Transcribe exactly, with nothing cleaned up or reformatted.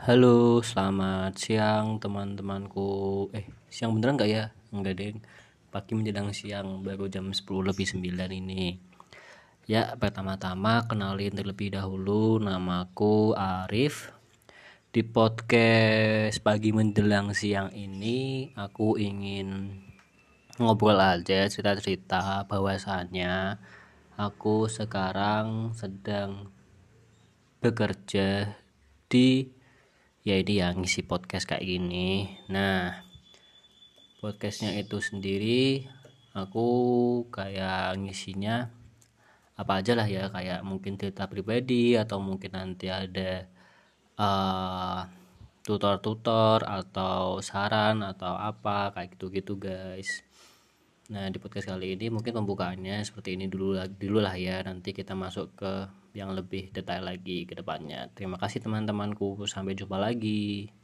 Halo, selamat siang teman-temanku. Eh, siang beneran gak ya? Enggak deh, pagi menjelang siang, baru jam sepuluh lebih sembilan ini. Ya, pertama-tama kenalin terlebih dahulu, namaku Arif. Di podcast pagi menjelang siang ini, aku ingin ngobrol aja, cerita-cerita bahwasannya aku sekarang sedang bekerja di ya ini ya ngisi podcast kayak gini. Nah, podcastnya itu sendiri aku kayak ngisinya apa aja lah ya, kayak mungkin cerita pribadi atau mungkin nanti ada uh, tutor-tutor atau saran atau apa kayak gitu-gitu guys. Nah, di podcast kali ini mungkin pembukaannya seperti ini dulu dulu lah ya. Nanti kita masuk ke yang lebih detail lagi ke depannya. Terima kasih teman-temanku. Sampai jumpa lagi.